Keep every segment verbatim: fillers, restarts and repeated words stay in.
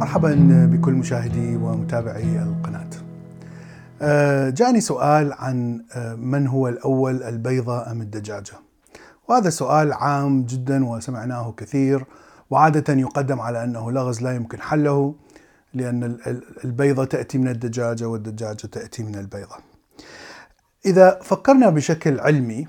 مرحبا بكل مشاهدي ومتابعي القناة. جاءني سؤال عن من هو الأول، البيضة أم الدجاجة؟ وهذا سؤال عام جدا وسمعناه كثير، وعادة يقدم على أنه لغز لا يمكن حله، لأن البيضة تأتي من الدجاجة والدجاجة تأتي من البيضة. إذا فكرنا بشكل علمي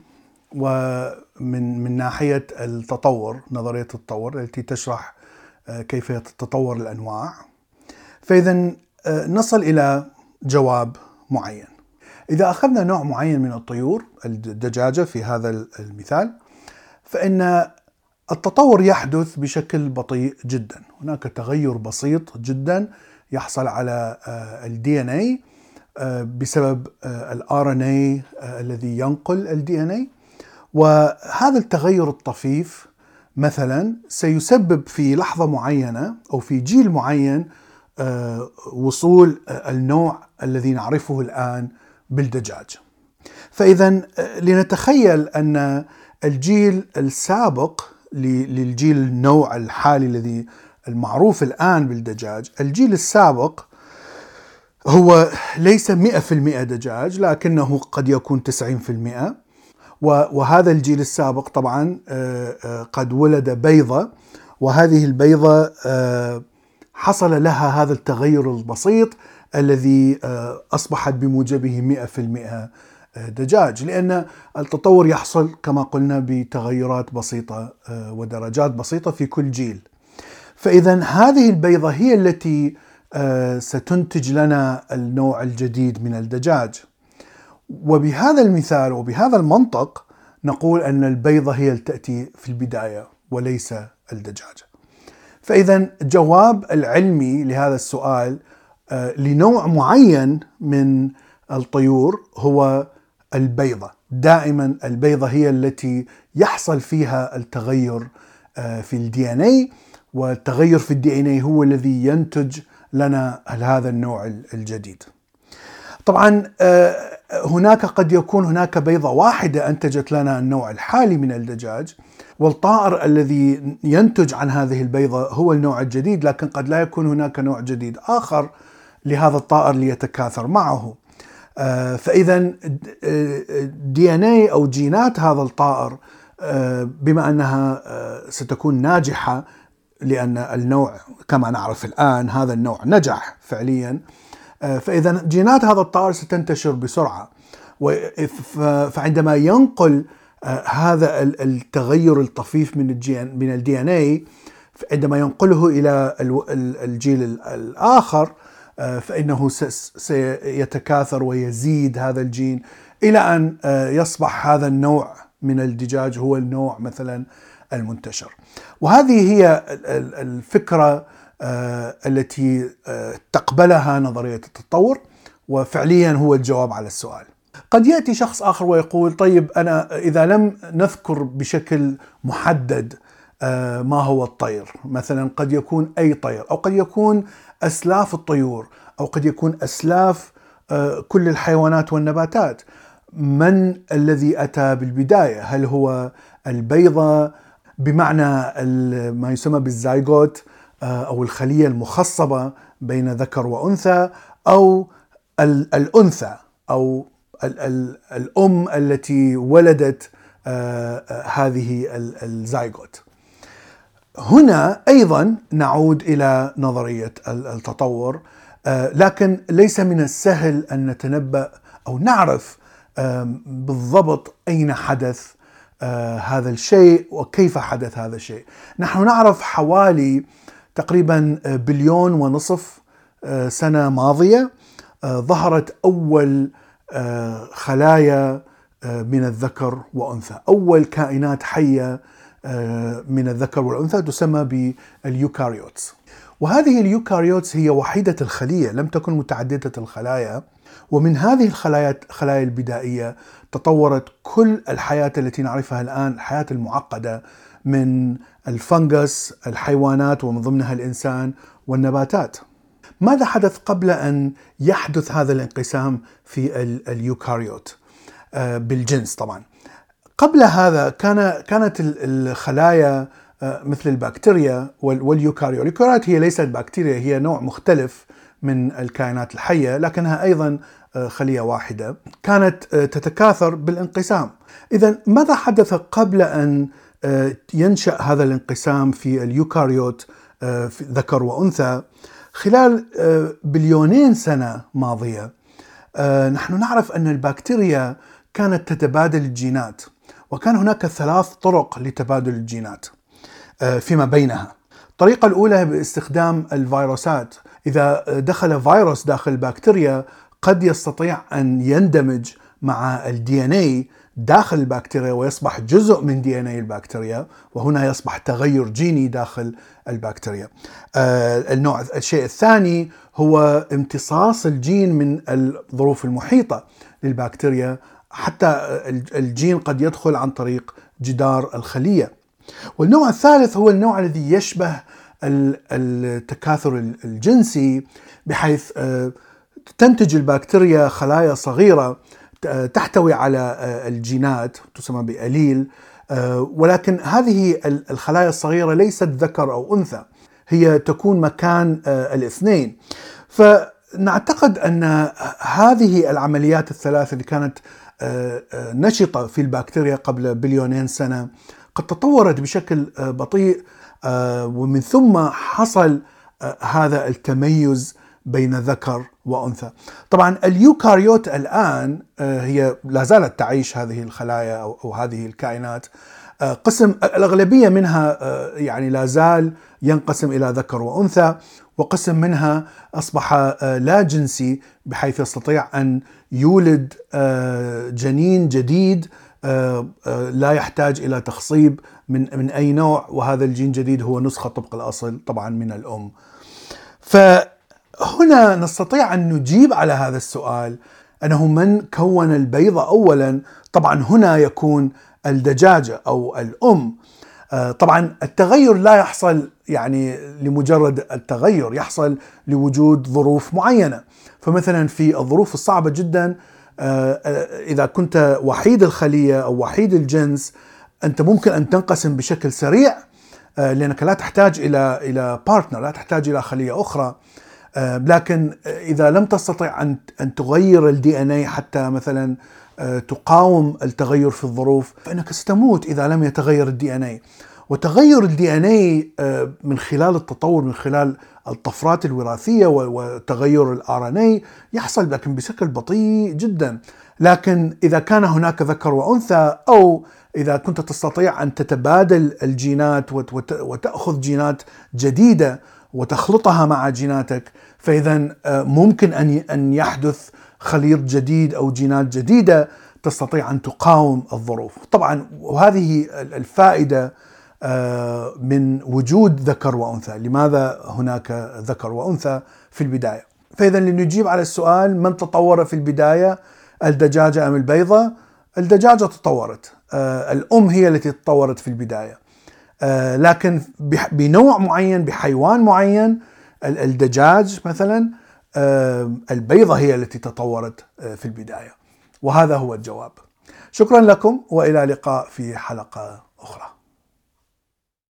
ومن من ناحية التطور، نظرية التطور التي تشرح كيف تتطور الأنواع، فإذا نصل إلى جواب معين. إذا أخذنا نوع معين من الطيور، الدجاجة في هذا المثال، فإن التطور يحدث بشكل بطيء جدا. هناك تغير بسيط جدا يحصل على ال دي إن إيه بسبب ال آر إن إيه الذي ينقل ال دي إن إيه، وهذا التغير الطفيف مثلا سيسبب في لحظة معينة أو في جيل معين وصول النوع الذي نعرفه الآن بالدجاج. فإذا لنتخيل أن الجيل السابق للجيل النوع الحالي الذي المعروف الآن بالدجاج، الجيل السابق هو ليس مئة في المئة دجاج، لكنه قد يكون تسعين في المئة. وهذا الجيل السابق طبعا قد ولد بيضة، وهذه البيضة حصل لها هذا التغير البسيط الذي أصبحت بموجبه مئة في المئة دجاج، لأن التطور يحصل كما قلنا بتغيرات بسيطة ودرجات بسيطة في كل جيل. فإذا هذه البيضة هي التي ستنتج لنا النوع الجديد من الدجاج. وبهذا المثال وبهذا المنطق نقول أن البيضة هي التي تأتي في البداية وليس الدجاجة. فإذا الجواب العلمي لهذا السؤال لنوع معين من الطيور هو البيضة. دائما البيضة هي التي يحصل فيها التغير في ال دي إن إيه، والتغير في ال دي إن إيه هو الذي ينتج لنا هذا النوع الجديد. طبعا هناك قد يكون هناك بيضة واحدة أنتجت لنا النوع الحالي من الدجاج، والطائر الذي ينتج عن هذه البيضة هو النوع الجديد، لكن قد لا يكون هناك نوع جديد آخر لهذا الطائر ليتكاثر معه. فإذا دي إن إيه أو جينات هذا الطائر بما أنها ستكون ناجحة، لأن النوع كما نعرف الآن هذا النوع نجح فعليا، فإذا جينات هذا الطائر ستنتشر بسرعة. فعندما ينقل هذا التغير الطفيف من من ال دي إن إيه، عندما ينقله إلى الجيل الآخر، فإنه سيتكاثر ويزيد هذا الجين إلى أن يصبح هذا النوع من الدجاج هو النوع مثلا المنتشر. وهذه هي الفكرة التي تقبلها نظرية التطور، وفعليا هو الجواب على السؤال. قد يأتي شخص آخر ويقول طيب أنا إذا لم نذكر بشكل محدد ما هو الطير، مثلا قد يكون أي طير، أو قد يكون أسلاف الطيور، أو قد يكون أسلاف كل الحيوانات والنباتات، من الذي أتى بالبداية؟ هل هو البيضة بمعنى ما يسمى بالزايغوت أو الخلية المخصبة بين ذكر وأنثى، أو الأنثى أو الأم التي ولدت هذه الزايغوت؟ هنا أيضا نعود إلى نظرية التطور، لكن ليس من السهل أن نتنبأ أو نعرف بالضبط أين حدث هذا الشيء وكيف حدث هذا الشيء. نحن نعرف حوالي تقريبا بليون ونصف سنة ماضية ظهرت أول خلايا من الذكر وأنثى، أول كائنات حية من الذكر والأنثى تسمى باليوكاريوتس. وهذه اليوكاريوتس هي وحيدة الخلية، لم تكن متعددة الخلايا. ومن هذه الخلايا الخلايا البدائية تطورت كل الحياة التي نعرفها الآن، الحياة المعقدة من الفنغس، الحيوانات ومن ضمنها الإنسان والنباتات. ماذا حدث قبل أن يحدث هذا الانقسام في اليوكاريوت بالجنس؟ طبعا قبل هذا كان كانت الخلايا مثل البكتيريا واليوكاريوت. اليوكاريوت هي ليست بكتيريا، هي نوع مختلف من الكائنات الحية، لكنها أيضا خلية واحدة كانت تتكاثر بالانقسام. إذن ماذا حدث قبل أن ينشأ هذا الانقسام في اليوكاريوت في ذكر وأنثى؟ خلال بليونين سنة ماضية نحن نعرف أن البكتيريا كانت تتبادل الجينات، وكان هناك ثلاث طرق لتبادل الجينات فيما بينها. الطريقة الأولى باستخدام الفيروسات. إذا دخل فيروس داخل البكتيريا قد يستطيع أن يندمج مع الدي ان اي داخل البكتيريا ويصبح جزء من دي ان اي البكتيريا، وهنا يصبح تغير جيني داخل البكتيريا. النوع الشيء الثاني هو امتصاص الجين من الظروف المحيطة للبكتيريا، حتى الجين قد يدخل عن طريق جدار الخلية. والنوع الثالث هو النوع الذي يشبه التكاثر الجنسي، بحيث تنتج البكتيريا خلايا صغيرة تحتوي على الجينات تسمى بأليل، ولكن هذه الخلايا الصغيرة ليست ذكر أو أنثى، هي تكون مكان الاثنين. فنعتقد أن هذه العمليات الثلاث اللي كانت نشطة في البكتيريا قبل بليونين سنة قد تطورت بشكل بطيء، ومن ثم حصل هذا التميز بين ذكر وأنثى. طبعا اليوكاريوت الآن هي لا زالت تعيش، هذه الخلايا أو هذه الكائنات قسم الأغلبية منها يعني لا زال ينقسم إلى ذكر وأنثى، وقسم منها أصبح لا جنسي بحيث يستطيع أن يولد جنين جديد لا يحتاج إلى تخصيب من من أي نوع، وهذا الجين الجديد هو نسخة طبق الأصل طبعا من الأم. فهنا نستطيع أن نجيب على هذا السؤال، أنه من كون البيضة أولا؟ طبعا هنا يكون الدجاجة أو الأم. طبعا التغير لا يحصل يعني لمجرد التغير، يحصل لوجود ظروف معينة. فمثلا في الظروف الصعبة جدا، إذا كنت وحيد الخلية أو وحيد الجنس، أنت ممكن أن تنقسم بشكل سريع، لأنك لا تحتاج إلى إلى بارتنر، لا تحتاج إلى خلية أخرى. لكن إذا لم تستطع أن أن تغير الدي ان اي حتى مثلا تقاوم التغير في الظروف، فإنك ستموت إذا لم يتغير الدي ان اي. وتغير الدي ان اي من خلال التطور، من خلال الطفرات الوراثية وتغير الار ان اي يحصل، لكن بشكل بطيء جدا. لكن إذا كان هناك ذكر وأنثى، أو إذا كنت تستطيع أن تتبادل الجينات وتأخذ جينات جديدة وتخلطها مع جيناتك، فإذا ممكن أن يحدث خليط جديد أو جينات جديدة تستطيع أن تقاوم الظروف. طبعا وهذه الفائدة من وجود ذكر وأنثى. لماذا هناك ذكر وأنثى في البداية؟ فإذا لنجيب على السؤال، من تطور في البداية، الدجاجة أم البيضة؟ الدجاجة تطورت، الأم هي التي تطورت في البداية، لكن بنوع معين، بحيوان معين، الدجاج مثلا، البيضة هي التي تطورت في البداية. وهذا هو الجواب. شكرا لكم، وإلى لقاء في حلقة أخرى.